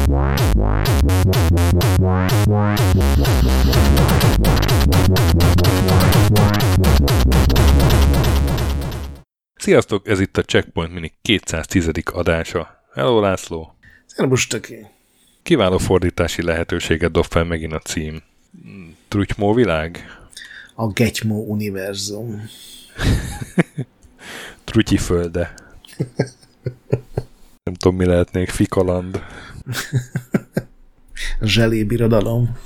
Sziasztok, ez itt a Checkpoint Mini 210. adása. Hello, László! Szerbusz, töké! Kiváló fordítási lehetőséget dob fel megint a cím. Trutymó világ? A Getymó univerzum. Trutyi földe. Nem tudom, mi lehetnék. Fikaland. Zselébirodalom.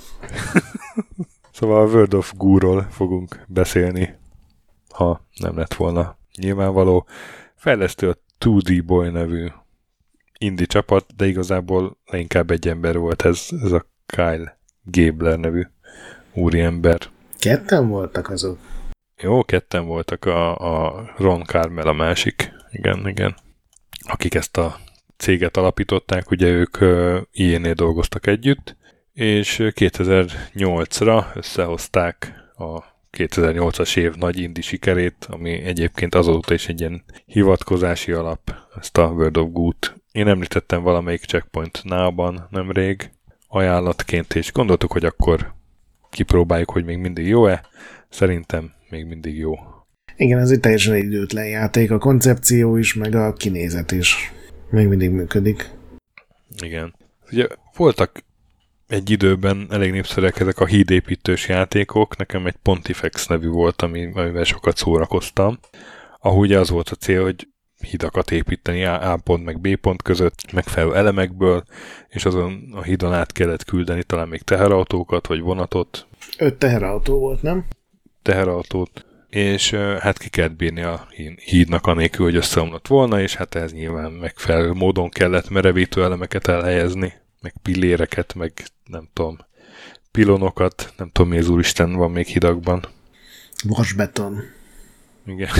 Szóval a World of Goo-ról fogunk beszélni, ha nem lett volna nyilvánvaló. Fejlesztő a 2D Boy nevű indie csapat, de igazából inkább egy ember volt ez a Kyle Gabler nevű úriember. Ketten voltak azok? Jó, ketten voltak, a Ron Carmel a másik, igen. Akik ezt a céget alapították, ugye ők ilyenél dolgoztak együtt, és 2008-ra összehozták a 2008-as év nagy indie sikerét, ami egyébként azóta is egy ilyen hivatkozási alap, ezt a World of Goo-t. Én említettem valamelyik Checkpoint Now-ban nemrég ajánlatként, és gondoltuk, hogy akkor kipróbáljuk, hogy még mindig jó-e. Szerintem még mindig jó. Igen, ez egy teljesen időtlen játék, a koncepció is, meg a kinézet is még mindig működik. Igen. Ugye voltak egy időben elég népszerűek ezek a hídépítős játékok, nekem egy Pontifex nevű volt, amivel sokat szórakoztam, ahol ugye az volt a cél, hogy hidakat építeni A pont meg B pont között, megfelelő elemekből, és azon a hídon át kellett küldeni talán még teherautókat, vagy vonatot. 5 teherautó volt, nem? Teherautót, és hát ki kellett bírni a hídnak anélkül, hogy összeomlott volna, és hát ez nyilván megfelelő módon kellett merevítő elemeket elhelyezni, meg pilléreket, meg nem tudom, pilonokat, nem tudom mi az úristen van még hidakban. Vasbeton. Igen.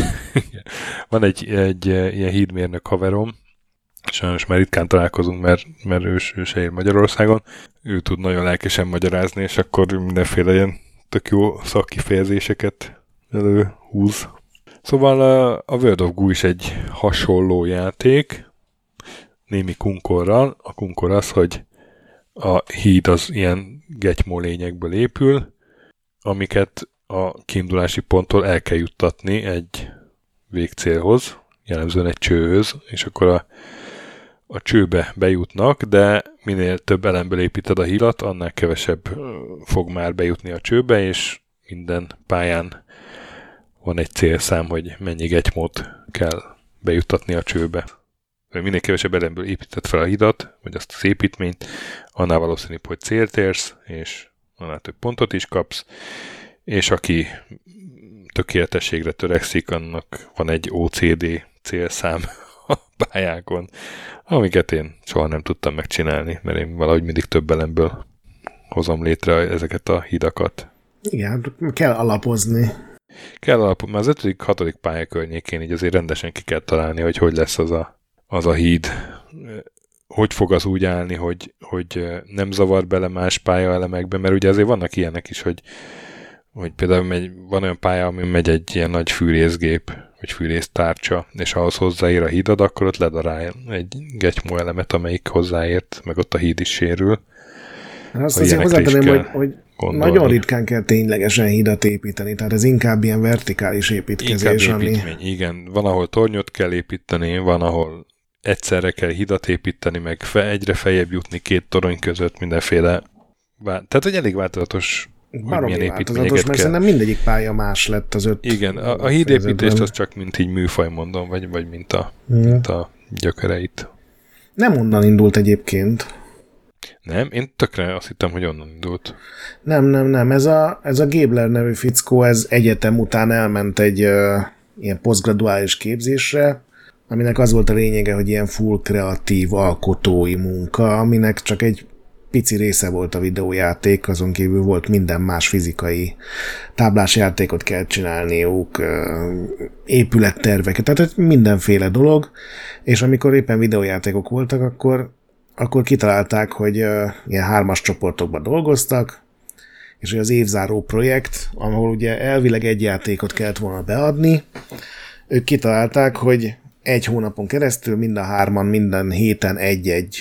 Van egy ilyen hídmérnök haverom, sajnos már ritkán találkozunk, mert ő se él Magyarországon, ő tud nagyon lelkesen magyarázni, és akkor mindenféle ilyen tök jó szakkifejezéseket előhúz. Szóval a World of Goo is egy hasonló játék, némi kunkorral. A kunkor az, hogy a híd az ilyen getymó lényekből épül, amiket a kiindulási ponttól el kell juttatni egy végcélhoz, jellemzően egy csőhöz, és akkor a csőbe bejutnak, de minél több elemből építed a hídat, annál kevesebb fog már bejutni a csőbe, és minden pályán van egy célszám, hogy mennyi getymót kell bejuttatni a csőbe. Minél kevesebb elemből építed fel a hidat, vagy azt az építményt, annál valószínűbb, hogy célt érsz, és annál több pontot is kapsz, és aki tökéletességre törekszik, annak van egy OCD célszám a pályákon, amiket én soha nem tudtam megcsinálni, mert én valahogy mindig több elemből hozom létre ezeket a hidakat. Igen, kell alapozni. Kell alapozni, már az 5.-6. pálya környékén így azért rendesen ki kell találni, hogy lesz az a híd. Hogy fog az úgy állni, hogy nem zavar bele más pályaelemekbe, mert ugye azért vannak ilyenek is, hogy például van olyan pálya, ami megy egy ilyen nagy fűrészgép, vagy fűrésztárcsa, és ahhoz hozzáér a hídad, akkor ott ledarál egy getymó elemet, amelyik hozzáért, meg ott a híd is sérül. Azt azért hozzátenném, hogy nagyon ritkán kell ténylegesen hídat építeni, tehát ez inkább ilyen vertikális építkezés. Inkább építmény, igen. Van, ahol tornyot kell építeni, van, ahol egyszerre kell hidat építeni, meg egyre feljebb jutni 2 torony között, mindenféle. Tehát, hogy elég változatos, hogy milyen építményeket kell. Mert szerintem mindegyik pálya más lett az 5. Igen, a hídépítést az csak mint így műfaj mondom, vagy mint a gyökereit. Nem onnan indult egyébként. Nem? Én tökre azt hittem, hogy onnan indult. Nem. Ez a Gabler nevű fickó, ez egyetem után elment egy ilyen posztgraduális képzésre, aminek az volt a lényege, hogy ilyen full kreatív alkotói munka, aminek csak egy pici része volt a videójáték, azon kívül volt minden más fizikai táblásjátékot kell csinálniuk, épületterveket, tehát mindenféle dolog, és amikor éppen videójátékok voltak, akkor kitalálták, hogy ilyen 3-as csoportokban dolgoztak, és hogy az évzáró projekt, ahol ugye elvileg egy játékot kellett volna beadni, ők kitalálták, hogy 1 hónapon keresztül mind a 3-an minden héten egy-egy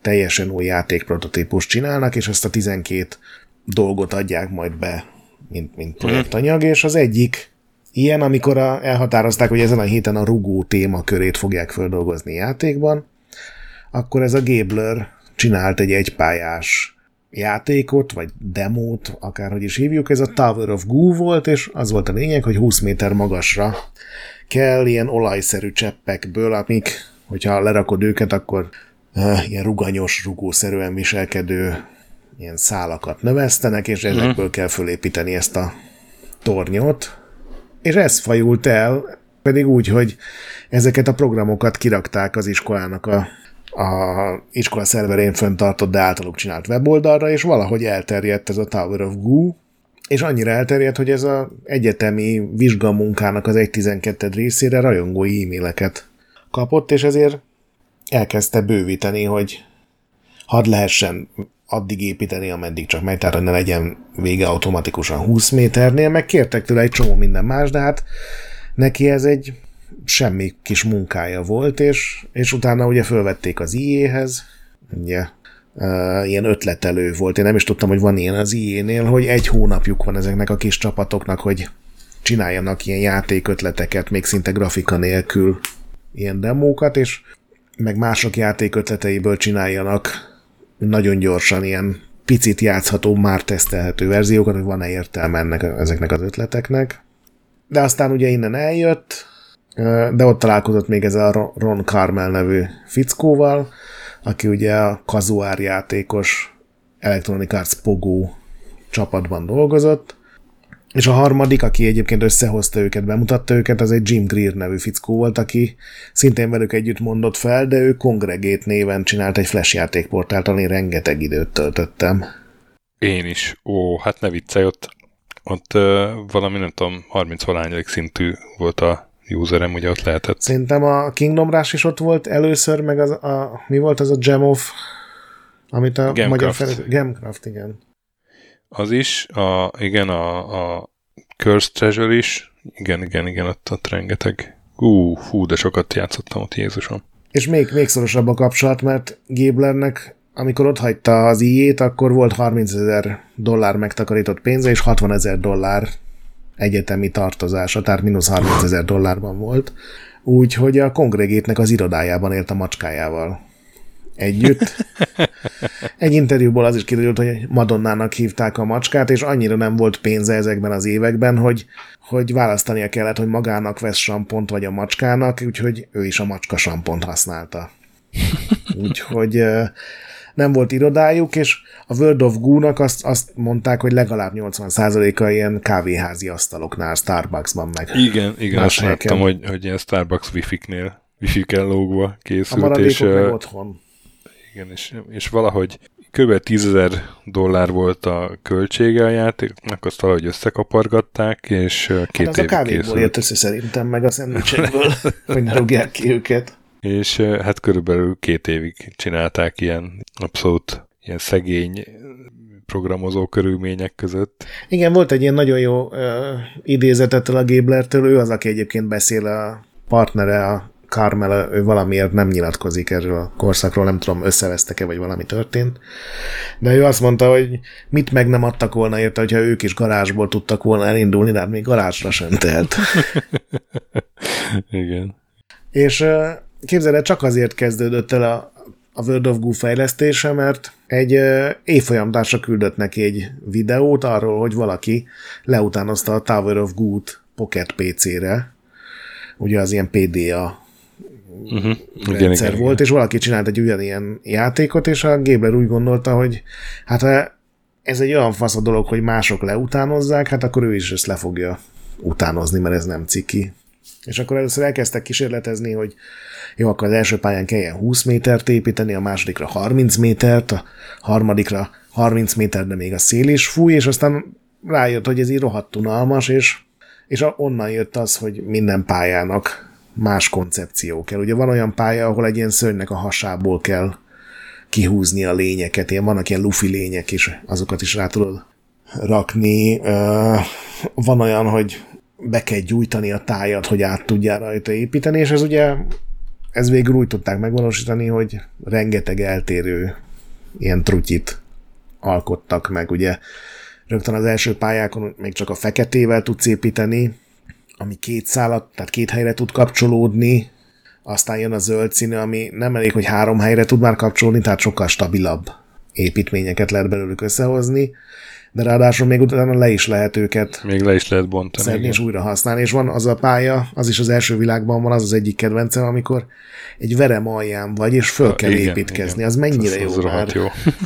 teljesen új játékprototípust csinálnak, és ezt a 12 dolgot adják majd be, mint projektanyag, és az egyik ilyen, amikor elhatározták, hogy ezen a héten a rugó témakörét fogják földolgozni játékban, akkor ez a Gabler csinált egy egypályás játékot, vagy demót, akárhogy is hívjuk, ez a Tower of Goo volt, és az volt a lényeg, hogy 20 méter magasra kell ilyen olajszerű cseppekből, amik, hogyha lerakod őket, akkor ilyen ruganyos, rugószerűen viselkedő ilyen szálakat növesztenek, és ezekből kell fölépíteni ezt a tornyot. És ez fajult el, pedig úgy, hogy ezeket a programokat kirakták az iskolának a iskola szerverén fenntartott, de általuk csinált weboldalra, és valahogy elterjedt ez a Tower of Goo, és annyira elterjedt, hogy ez az egyetemi vizsgamunkának az 1/12 részére rajongói e-maileket kapott, és ezért elkezdte bővíteni, hogy hadd lehessen addig építeni, ameddig csak megy, tehát ne legyen vége automatikusan 20 méternél, meg kértek tőle egy csomó minden más, de hát neki ez egy semmi kis munkája volt, és utána ugye fölvették az EA-hez, ugye, ilyen ötletelő volt. Én nem is tudtam, hogy van ilyen az EA-nél, hogy 1 hónapjuk van ezeknek a kis csapatoknak, hogy csináljanak ilyen játékötleteket, még szinte grafika nélkül ilyen demókat, és meg mások játékötleteiből csináljanak nagyon gyorsan ilyen picit játszható, már tesztelhető verziókat, hogy van-e értelme ezeknek az ötleteknek. De aztán ugye innen eljött, de ott találkozott még ez a Ron Carmel nevű fickóval, aki ugye a kazuár játékos Electronic Arts Pogo csapatban dolgozott, és a harmadik, aki egyébként összehozta őket, bemutatta őket, az egy Jim Greer nevű fickó volt, aki szintén velük együtt mondott fel, de ő Congregate néven csinált egy flash játékportált, amin rengeteg időt töltöttem. Én is. Ó, hát ne viccelj, ott valami, nem tudom, 30-valányadik szintű volt a userem, ugye ott lehetett. Szerintem a Kingdom Rush is ott volt először, meg mi volt az a Gem of, amit a magyar felett... Gamecraft, igen. Az is, igen, a Cursed Treasure is, igen, ott rengeteg. Fú, de sokat játszottam ott, Jézusom. És még szorosabb a kapcsolat, mert Gablernek, amikor ott hagyta az EA-t, akkor volt $30,000 megtakarított pénze, és $60,000 egyetemi tartozása, tehát -$30,000 volt. Úgyhogy a Congregate-nek az irodájában élt a macskájával együtt. Egy interjúból az is kiderült, hogy Madonnának hívták a macskát, és annyira nem volt pénze ezekben az években, hogy választania kellett, hogy magának vesz sampont, vagy a macskának, úgyhogy ő is a macska sampont használta. Úgyhogy nem volt irodájuk, és a World of Goo-nak azt mondták, hogy legalább 80%-a ilyen kávéházi asztaloknál, Starbucksban meg. Igen, azt láttam, hogy ilyen Starbucks wifi-kel lógva készült. A maradékok meg otthon. Igen, és valahogy kb. $10,000 volt a költsége a játéknak, azt valahogy összekapargatták, és 2 évig készült. Az a kávéból jött össze szerintem, meg a szendvicsekből, hogy ne rúgják ki őket. És hát körülbelül 2 évig csinálták ilyen abszolút ilyen szegény programozó körülmények között. Igen, volt egy ilyen nagyon jó idézetettel a Gablertől, ő az, aki egyébként beszél, a partnere, a Carmel, ő valamiért nem nyilatkozik erről a korszakról, nem tudom, összevesztek-e, vagy valami történt. De ő azt mondta, hogy mit meg nem adtak volna érte, hogyha ők is garázsból tudtak volna elindulni, de hát még garázsra sem telt. Igen. És képzeld el, csak azért kezdődött el a World of Goo fejlesztése, mert egy évfolyamtársa küldött neki egy videót arról, hogy valaki leutánozta a Tower of Goo-t Pocket PC-re, ugye az ilyen PDA rendszer volt, és valaki csinált egy ugyanilyen játékot, és a Gabler úgy gondolta, hogy hát ha ez egy olyan fasz a dolog, hogy mások leutánozzák, hát akkor ő is ezt le fogja utánozni, mert ez nem ciki. És akkor először elkezdtek kísérletezni, hogy jó, akkor az első pályán kelljen 20 métert építeni, a másodikra 30 métert, a harmadikra 30 méter, de még a szél is fúj, és aztán rájött, hogy ez így rohadt unalmas, és onnan jött az, hogy minden pályának más koncepció kell. Ugye van olyan pálya, ahol egy ilyen szörnynek a hasából kell kihúzni a lényeket, vannak ilyen lufi lények is, azokat is rá tudod rakni. Van olyan, hogy be kell gyújtani a tájat, hogy át tudjál rajta építeni, és ez ugye ez végül úgy tudták megvalósítani, hogy rengeteg eltérő ilyen trutyit alkottak meg, ugye rögtön az első pályákon még csak a feketével tudsz építeni, ami két szálat, tehát két helyre tud kapcsolódni, aztán jön a zöld színű, ami nem elég, hogy 3 helyre tud már kapcsolódni, tehát sokkal stabilabb építményeket lehet belőlük összehozni, de ráadásul még utána le is lehet őket még le is lehet bontani. Szedni és újra használni, és van az a pálya, az is az első világban van, az az egyik kedvencem, amikor egy verem alján vagy, és föl kell építkezni. Igen. Az mennyire jó már. Jó.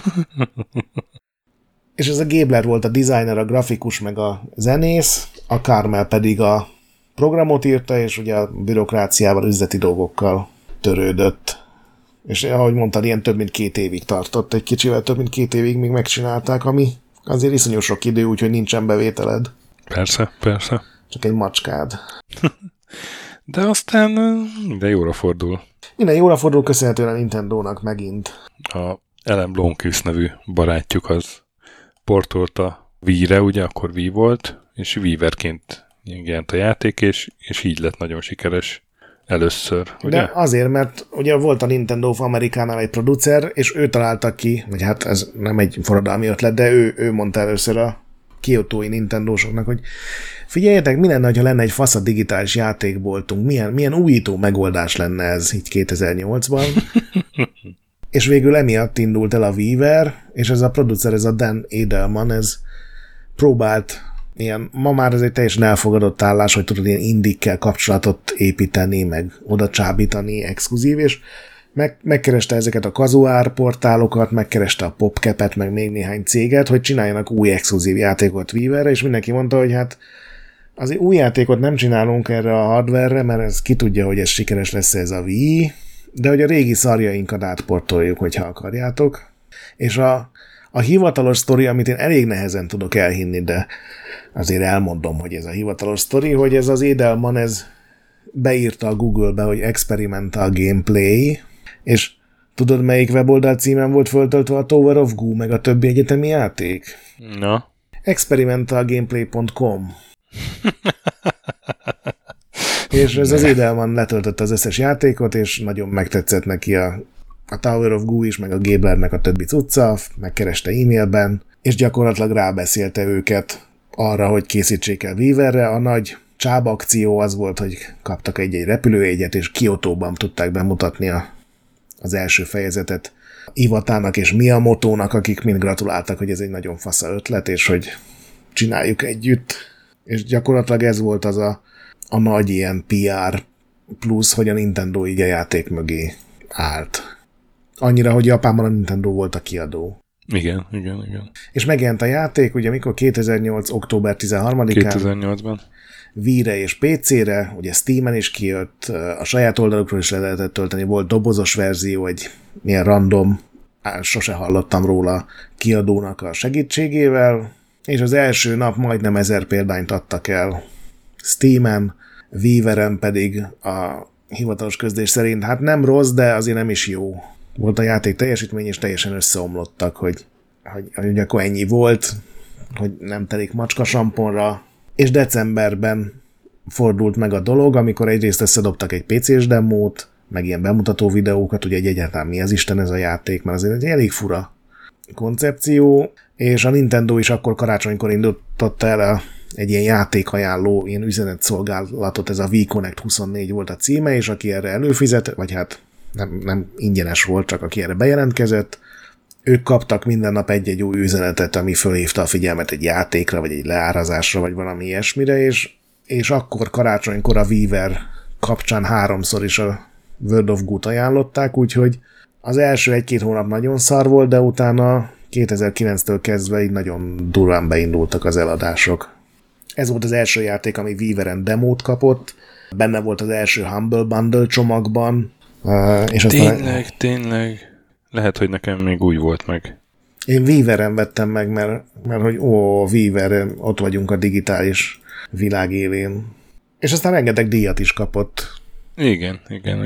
És ez a Gabler volt a designer, a grafikus, meg a zenész, a Carmel pedig a programot írta, és ugye a bürokráciával, üzleti dolgokkal törődött. És ahogy mondtad, ilyen több mint 2 évig tartott, egy kicsivel több mint 2 évig még megcsinálták, ami azért iszonyú sok idő, úgyhogy nincsen bevételed. Persze, persze. Csak egy macskád. De aztán minden jóra fordul. Minden jóra fordul, köszönhetően a Nintendónak megint. A Ellen Blomqvist nevű barátjuk az portolta Wii-re, ugye akkor Wii volt, és Wii-verként jelent a játék, és így lett nagyon sikeres először. Ugye? De azért, mert ugye volt a Nintendo of Americánál egy producer, és ő találta ki, vagy hát ez nem egy forradalmi ötlet, de ő mondta először a kiotói Nintendósoknak, hogy figyeljetek, mi lenne, ha lenne egy fasz a digitális játékboltunk, milyen újító megoldás lenne ez így 2008-ban. És végül emiatt indult el a Weaver, és ez a producer, ez a Dan Edelman, ez próbált ilyen, ma már ez egy teljesen elfogadott állás, hogy tudod ilyen indikkel kapcsolatot építeni, meg oda csábítani, exkluzív, és megkereste ezeket a kazuár portálokat, megkereste a PopCap-et, meg még néhány céget, hogy csináljanak új exkluzív játékot Weaverre, és mindenki mondta, hogy hát azért új játékot nem csinálunk erre a hardware-re, mert ez ki tudja, hogy ez sikeres lesz ez a Wii, de hogy a régi szarjainkat átportoljuk, hogyha akarjátok. És a hivatalos sztori, amit én elég nehezen tudok elhinni, de azért elmondom, hogy ez a hivatalos sztori, hogy ez az Edelman, ez beírta a Google-be, hogy experimental gameplay, és tudod, melyik weboldal címen volt föltöltve a Tower of Goo, meg a többi egyetemi játék? Na? experimentalgameplay.com. És ez az Edelman letöltötte az összes játékot, és nagyon megtetszett neki a Tower of Goo is, meg a Gablernek a többi cucca, megkereste e-mailben, és gyakorlatilag rábeszélte őket arra, hogy készítsék el Weaverre. A nagy csábakció az volt, hogy kaptak egy repülőjegyet, és Kiotóban tudták bemutatni az első fejezetet Iwatának és Miyamotónak, akik mind gratuláltak, hogy ez egy nagyon fasza ötlet, és hogy csináljuk együtt. És gyakorlatilag ez volt az a nagy ilyen PR plusz, hogy a Nintendo így a játék mögé állt. Annyira, hogy Japánban a Nintendo volt a kiadó. Igen. És megjelent a játék, ugye mikor 2008. október 13-án. 2008-ban. Wii-re és PC-re, ugye Steamen is kijött, a saját oldalukról is le lehetett tölteni, volt dobozos verzió, egy milyen random, sose hallottam róla, kiadónak a segítségével, és az első nap majdnem 1000 példányt adtak el Steamen, Weaveren pedig a hivatalos közlés szerint, hát nem rossz, de azért nem is jó. Volt a játék teljesítmény, és teljesen összeomlottak, hogy akkor ennyi volt, hogy nem telik macska samponra, és decemberben fordult meg a dolog, amikor egyrészt összedobtak egy PC-s demót, meg ilyen bemutató videókat, hogy egyáltalán mi az Isten ez a játék, mert azért egy elég fura koncepció, és a Nintendo is akkor karácsonykor indította el egy ilyen játékajánló, ilyen üzenetszolgálatot, ez a Wii Connect 24 volt a címe, és aki erre előfizet, vagy hát nem ingyenes volt, csak aki erre bejelentkezett, ők kaptak minden nap egy-egy új üzenetet, ami fölhívta a figyelmet egy játékra, vagy egy leárazásra, vagy valami ilyesmire, és akkor karácsonykor a Weaver kapcsán 3-szor is a World of Goo-t ajánlották, úgyhogy az első 1-2 hónap nagyon szar volt, de utána 2009-től kezdve így nagyon durván beindultak az eladások. Ez volt az első játék, ami Weaveren demót kapott, benne volt az első Humble Bundle csomagban, és Tényleg. Lehet, hogy nekem még úgy volt meg. Én Weaveren vettem meg, mert hogy Weaver, ott vagyunk a digitális világ élén. És aztán rengeteg díjat is kapott. Igen.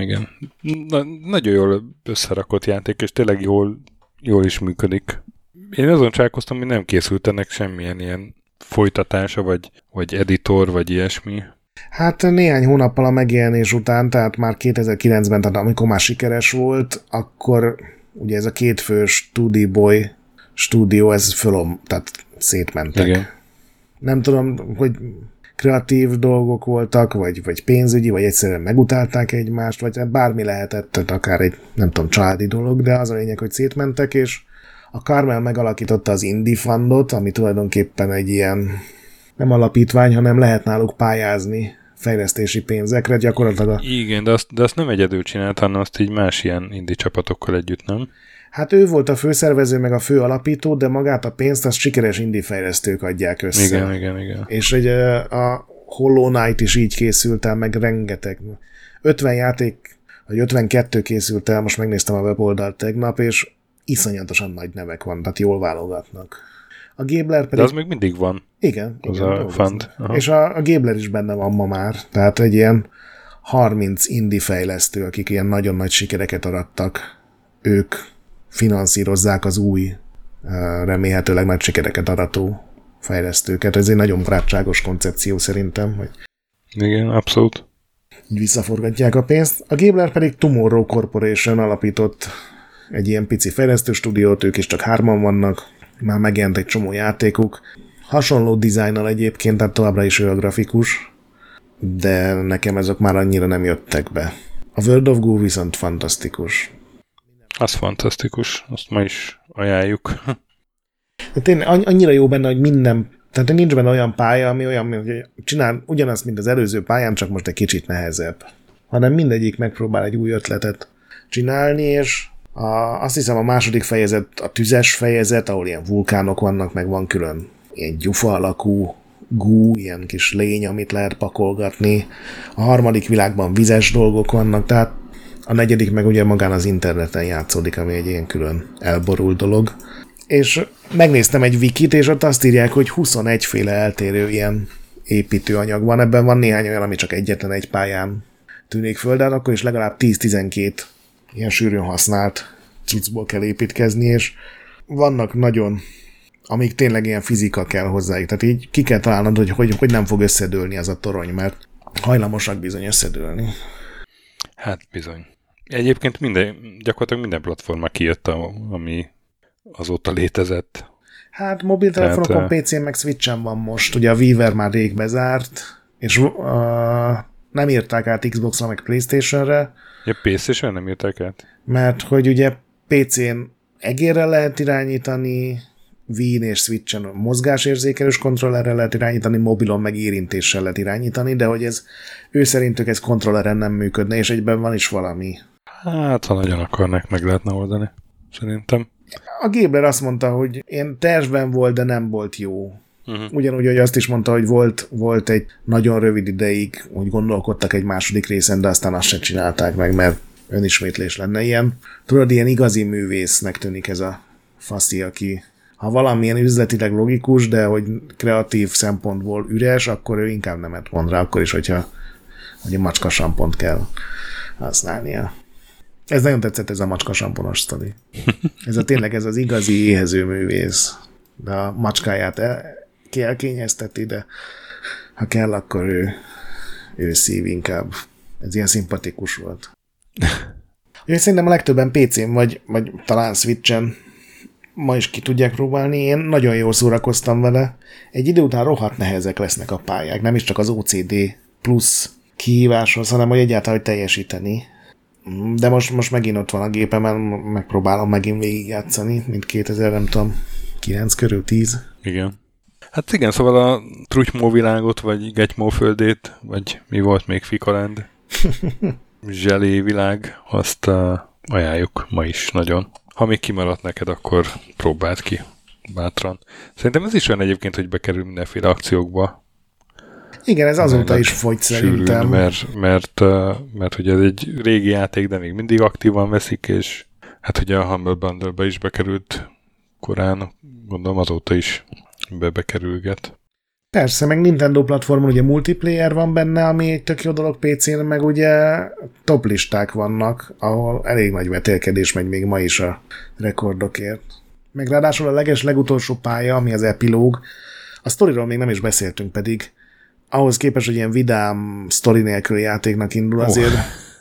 Nagyon jól összerakott játék, és tényleg jól is működik. Én azon csálkoztam, hogy nem készült ennek semmilyen ilyen folytatása, vagy editor, vagy ilyesmi. Hát néhány hónappal a megjelenés után, tehát már 2009-ben, tehát amikor már sikeres volt, akkor ugye ez a kétfős 2D Boy stúdió, ez tehát szétmentek. Igen. Nem tudom, hogy kreatív dolgok voltak, vagy pénzügyi, vagy egyszerűen megutálták egymást, vagy bármi lehetett, tehát akár egy, nem tudom, családi dolog, de az a lényeg, hogy szétmentek, és a Carmel megalakította az Indie Fundot, ami tulajdonképpen egy ilyen nem alapítvány, hanem lehet náluk pályázni fejlesztési pénzekre, gyakorlatilag. Igen, de azt nem egyedül csinált, hanem azt így más ilyen indie csapatokkal együtt, nem? Hát ő volt a főszervező, meg a fő alapító, de magát a pénzt azt sikeres indie fejlesztők adják össze. Igen. És a Hollow Knight is így készült el, meg rengeteg. 50 játék, vagy 52 készült el, most megnéztem a weboldalt tegnap, és iszonyatosan nagy nevek van, tehát jól válogatnak. A Gabler pedig... De az még mindig van. Igen. A fund. És a Gabler is benne van ma már, tehát egy ilyen 30 indie fejlesztő, akik ilyen nagyon nagy sikereket arattak, ők finanszírozzák az új, remélhetőleg nagy sikereket arató fejlesztőket. Ez egy nagyon barátságos koncepció szerintem, hogy igen, abszolút. Visszaforgatják a pénzt. A Gabler pedig Tomorrow Corporation alapított egy ilyen pici fejlesztő stúdiót, ők is csak 3 vannak, már megjelent egy csomó játékuk. Hasonló dizájnnal egyébként, tehát továbbra is ő a grafikus, de nekem ezek már annyira nem jöttek be. A World of Goo viszont fantasztikus. Az fantasztikus, azt ma is ajánljuk. De tényleg annyira jó benne, hogy minden, tehát nincs benne olyan pálya, ami olyan, hogy csinál ugyanazt, mint az előző pályán, csak most egy kicsit nehezebb. Hanem mindegyik megpróbál egy új ötletet csinálni, és azt hiszem a második fejezet, a tüzes fejezet, ahol ilyen vulkánok vannak, meg van külön ilyen gyufa alakú gú, ilyen kis lény, amit lehet pakolgatni. A harmadik világban vizes dolgok vannak, tehát a negyedik meg ugye magán az interneten játszódik, ami egy ilyen külön elborult dolog. És megnéztem egy wikit, és ott azt írják, hogy 21 féle eltérő ilyen építőanyag van. Ebben van néhány olyan, ami csak egyetlen egy pályán tűnik föl, de akkor is legalább 10-12 ilyen sűrűn használt cuccból kell építkezni, és vannak nagyon, amíg tényleg ilyen fizika kell hozzájuk. Tehát így ki kell találnod, hogy nem fog összedőlni az a torony, mert hajlamosak bizony összedőlni. Hát bizony. Egyébként gyakorlatilag minden platforma kijött, ami azóta létezett. Hát mobiltelefonokon, PC-n meg Switchen van most. Ugye a Weaver már rég bezárt, és nem írták át Xbox-ra meg PlayStation-re. Ja, PlayStation nem írták át? Mert hogy ugye PC-n egérrel lehet irányítani, Wii-n és Switchen mozgásérzékelős kontrollerrel lehet irányítani, mobilon meg érintéssel lehet irányítani, de hogy ő szerintük ez kontrolleren nem működne, és egyben van is valami. Hát, ha nagyon akarnak, meg lehetne oldani, szerintem. A Gabler azt mondta, hogy ilyen tervben volt, de nem volt jó. Ugyanúgy, hogy azt is mondta, hogy volt egy nagyon rövid ideig, hogy gondolkodtak egy második részen, de aztán azt sem csinálták meg, mert önismétlés lenne ilyen. Tudod, ilyen igazi művésznek tűnik ez a faszi, aki ha valamilyen üzletileg logikus, de hogy kreatív szempontból üres, akkor ő inkább nemet mond rá, akkor is, hogy a macska sampont kell használnia. Ez nagyon tetszett, ez a macska samponos sztori. Tényleg ez az igazi éhező művész. De a macskáját elkényezteti, de ha kell, akkor ő szív inkább. Ez ilyen szimpatikus volt. Szerintem a legtöbben PC-n, vagy talán Switchen ma is ki tudják próbálni. Én nagyon jól szórakoztam vele. Egy idő után rohadt nehezek lesznek a pályák. Nem is csak az OCD plusz kihíváshoz, hanem hogy egyáltalán hogy teljesíteni. De most megint ott van a gépemen, megpróbálom megint végigjátszani, mint 2009 körül 10. Igen. Hát igen, szóval a Trutymó világot, vagy Getymó földét, vagy mi volt még Fikaland, Zselé világ, azt ajánljuk ma is nagyon. Ha még kimaradt neked, akkor próbáld ki bátran. Szerintem ez is olyan egyébként, hogy bekerül mindenféle akciókba. Igen, ez azóta is folyt szerintem. Mert ugye ez egy régi játék, de még mindig aktívan veszik, és hát ugye a Humble Bundle-be is bekerült korán, gondolom azóta is bekerülget. Persze, meg Nintendo platformon ugye multiplayer van benne, ami egy tök jó dolog PC-n, meg ugye top listák vannak, ahol elég nagy vetélkedés megy még ma is a rekordokért. Meg ráadásul a legutolsó pálya, ami az epilóg, a sztoriról még nem is beszéltünk pedig, ahhoz képest, hogy ilyen vidám, sztori nélküli játéknak indul, azért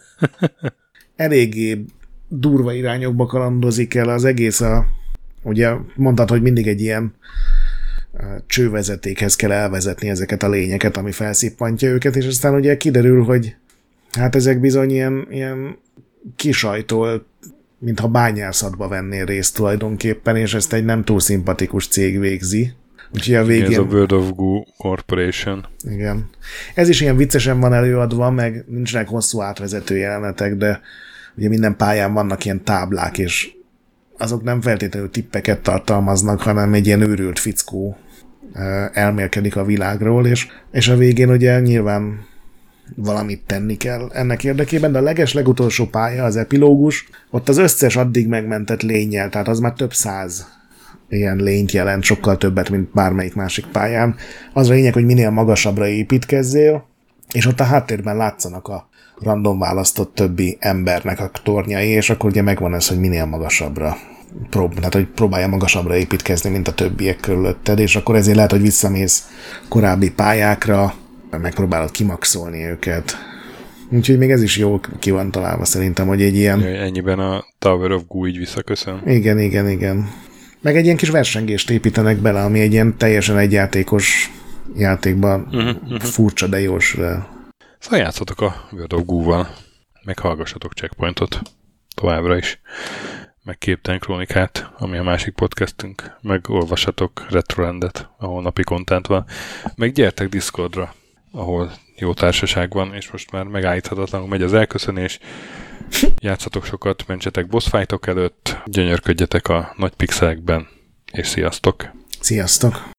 eléggé durva irányokba kalandozik el az egész. Ugye mondtad, hogy mindig egy ilyen csővezetékhez kell elvezetni ezeket a lényeket, ami felszippantja őket, és aztán ugye kiderül, hogy hát ezek bizony ilyen kisajtól, mintha bányászatba vennél részt tulajdonképpen, és ezt egy nem túl szimpatikus cég végzi. Úgyhogy a végén... Ez a World of Goo Corporation. Igen. Ez is ilyen viccesen van előadva, meg nincsenek hosszú átvezető jelenetek, de ugye minden pályán vannak ilyen táblák, és azok nem feltétlenül tippeket tartalmaznak, hanem egy ilyen őrült fickó elmélkedik a világról, és a végén ugye nyilván valamit tenni kell ennek érdekében, de a legutolsó pálya, az epilógus, ott az összes addig megmentett lénnyel, tehát az már több száz ilyen lényt jelent, sokkal többet, mint bármelyik másik pályán. Az a lényeg, hogy minél magasabbra építkezzél, és ott a háttérben látszanak a random választott többi embernek a tornyai, és akkor ugye megvan ez, hogy minél magasabbra tehát, hogy próbálja magasabbra építkezni, mint a többiek körülötted, és akkor ezért lehet, hogy visszamész korábbi pályákra, megpróbálod kimaxolni őket. Úgyhogy még ez is jól ki van találva szerintem, hogy egy ilyen... Ennyiben a Tower of Goo így visszaköszön. Igen. Meg egy ilyen kis versengést építenek bele, ami egy ilyen teljesen egyjátékos játékban furcsa, de jó. Szóval játszatok a World of Goo-val, meg hallgassatok Checkpointot továbbra is, meg Képtelen Krónikát, ami a másik podcastünk, meg olvassatok Retrolandet, ahol napi content van, meg gyertek Discordra, ahol jó társaság van, és most már megállíthatatlanul megy az elköszönés. Játszatok sokat, mentsetek boss fightok előtt, gyönyörködjetek a nagy pixelekben, és sziasztok! Sziasztok!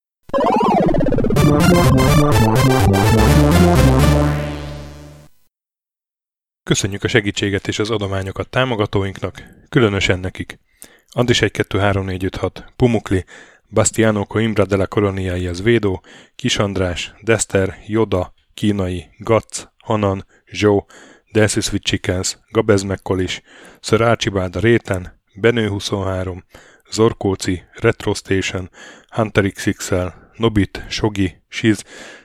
Köszönjük a segítséget és az adományokat támogatóinknak, különösen nekik. Andis 1, 2, 3, 4, 5, 6, Pumukli, Bastiano Coimbra de la Coroniai az Védó, Kis András, Dester, Joda, Kínai, Gac, Hanan, Zsó, Delcy Sweet Chickens, Gabez Mekkolis, Sir Archibald a Réten, Benő 23, Zorkóci, Retro Station, Hunter XXL, Nobit, Sogi, Siz,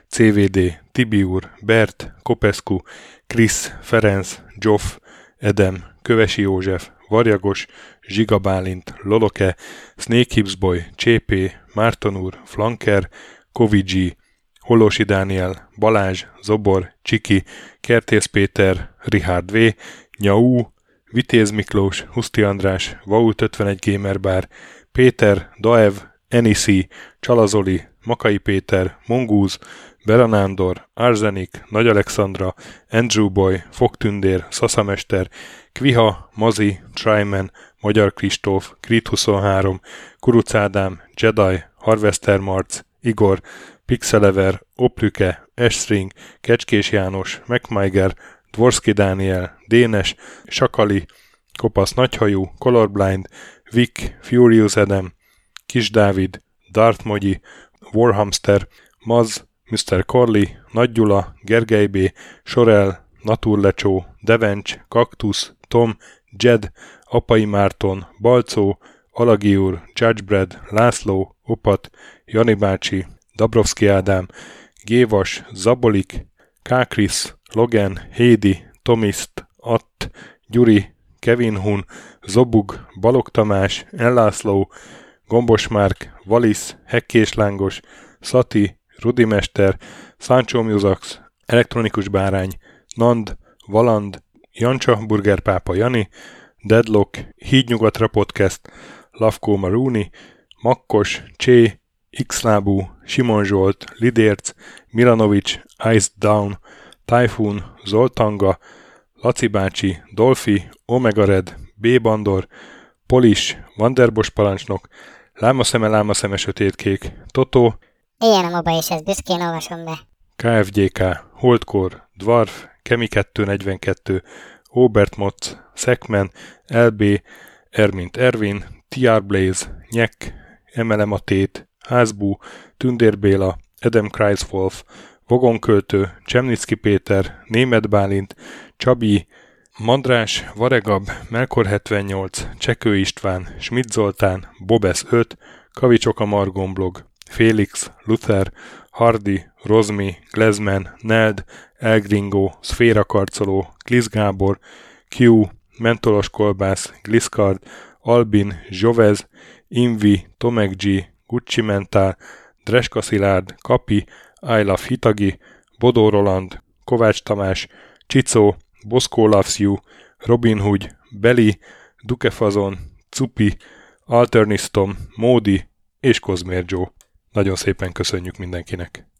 CVD, Tibiur, Bert, Kopescu, Krisz, Ferenc, Zsoff, Edem, Kövesi József, Varjagos, Zsiga Bálint, Loloke, Snake Hips Boy, Csépé, Márton úr, Flanker, Kovicsi, Hollósi Dániel, Balázs, Zobor, Csiki, Kertész Péter, Richard V, Nyau, Vitéz Miklós, Huszti András, Vault 51 Gamer Bar, Péter, Daev, Enisi, Csalazoli, Makai Péter, Mongúz, Beranándor, Arzenik, Nagy Alexandra, Andrew Boy, Fogtündér, Szaszamester, Kviha, Mazi, Tryman, Magyar Kristóf, Krit 23, Kuruc Ádám, Jedi, Harvester Marc, Igor, Pixelever, Oplüke, Estring, Kecskés János, MacMiger, Dvorski Dániel, Dénes, Sakali, Kopasz Nagyhajú, Colorblind, Vic, Furious Adam, Kis Dávid, Darth Mogyi, Warhamster, Maz, Mr. Corley, Nagy Gyula, Gergely B., Sorel, Naturlecsó, Devencs, Kaktusz, Tom, Jed, Apai Márton, Balcó, Alagi úr, Judgebred, László, Opat, Jani bácsi, Dabrowski Ádám, Gévas, Zabolik, Kákris, Logan, Hédi, Tomiszt, Att, Gyuri, Kevin Hun, Zobug, Balog Tamás, Ellászló, Gombos Márk, Valisz, Hekkés Lángos, Szati, Rudimester, Sancho Musax, Elektronikus Bárány, Nand, Valand, Jancsa, Burgerpápa Jani, Deadlock, Hídnyugatra Podcast, Lavkó Maruni, Makkos, Csé, Xlábú, Simon Zsolt, Lidérc, Milanovic, Ice Down, Typhoon, Zoltanga, Laci bácsi, Dolfi, Omega Red, B. Bandor, Polis, Vanderbos parancsnok, Lámaszeme sötétkék, Totó, ilyen a moba, és ezt büszkén olvasom be. KFGK, Holdkor, Dwarf, Kemi 242, Obert Motz, Szekmen, LB, Ermint Ervin, TR Blaze, Nyek, MLM a Tét, Házbú, Tündér Béla, Adam Kreiswolf, Vogonköltő, Csemnicki Péter, Németh Bálint, Csabi, Mandrás, Varegab, Melkor 78, Csekő István, Schmidt Zoltán, Bobesz 5, Kavicsok a Margon blog, Félix, Luther, Hardy, Rozmi, Glezman, Neld, Elgringo, Szféra Karcoló, Glisz Gábor, Q, Mentolos Kolbász, Gliszkard, Albin, Zsovez, Invi, Tomek G, Gucci Mentál, Dreska Szilárd, Kapi, I Love Hitagi, Bodó Roland, Kovács Tamás, Csicó, Boszkó Loves You, Robin Hood, Beli, Dukefazon, Cupi, Alternisztom, Módi és Kozmér Joe. Nagyon szépen köszönjük mindenkinek!